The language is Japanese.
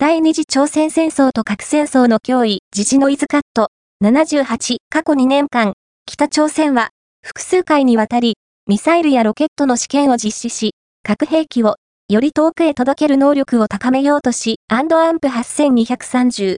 第二次朝鮮戦争と核戦争の脅威、時事ノイズカット。78、過去2年間、北朝鮮は、複数回にわたり、ミサイルやロケットの試験を実施し、核兵器を、より遠くへ届ける能力を高めようとし、&AMP8230、